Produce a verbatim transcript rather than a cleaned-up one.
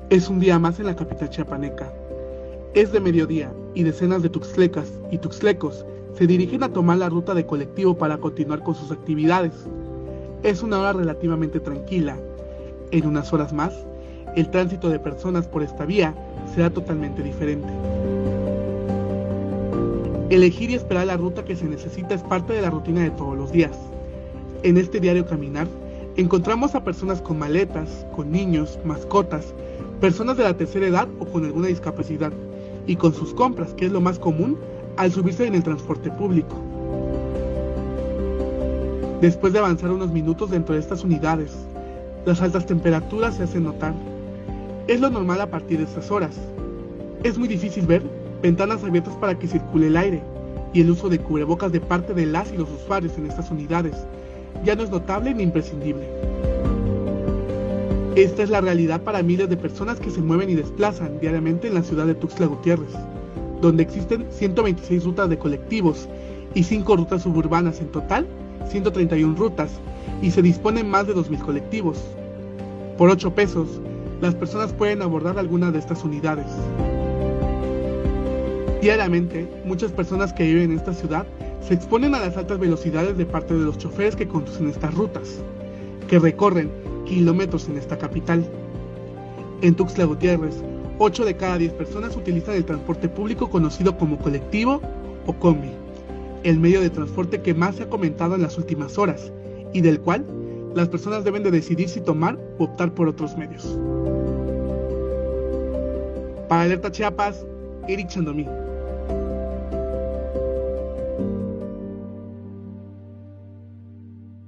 Es un día más en la capital chiapaneca. Es de mediodía y decenas de tuxtlecas y tuxtlecos se dirigen a tomar la ruta de colectivo para continuar con sus actividades. Es una hora relativamente tranquila. En unas horas más, el tránsito de personas por esta vía será totalmente diferente. Elegir y esperar la ruta que se necesita es parte de la rutina de todos los días. En este diario caminar, encontramos a personas con maletas, con niños, mascotas, personas de la tercera edad o con alguna discapacidad, y con sus compras, que es lo más común al subirse en el transporte público. Después de avanzar unos minutos dentro de estas unidades, las altas temperaturas se hacen notar. Es lo normal a partir de estas horas. Es muy difícil ver ventanas abiertas para que circule el aire, y el uso de cubrebocas de parte de las y los usuarios en estas unidades ya no es notable ni imprescindible. Esta es la realidad para miles de personas que se mueven y desplazan diariamente en la ciudad de Tuxtla Gutiérrez, donde existen ciento veintiséis rutas de colectivos y cinco rutas suburbanas, en total ciento treinta y una rutas, y se disponen más de dos mil colectivos. Por ocho pesos, las personas pueden abordar alguna de estas unidades. Diariamente, muchas personas que viven en esta ciudad se exponen a las altas velocidades de parte de los choferes que conducen estas rutas, que recorren kilómetros en esta capital. En Tuxtla Gutiérrez, ocho de cada diez personas utilizan el transporte público conocido como colectivo o combi, el medio de transporte que más se ha comentado en las últimas horas y del cual las personas deben de decidir si tomar o optar por otros medios. Para Alerta Chiapas, Eric Chandomí.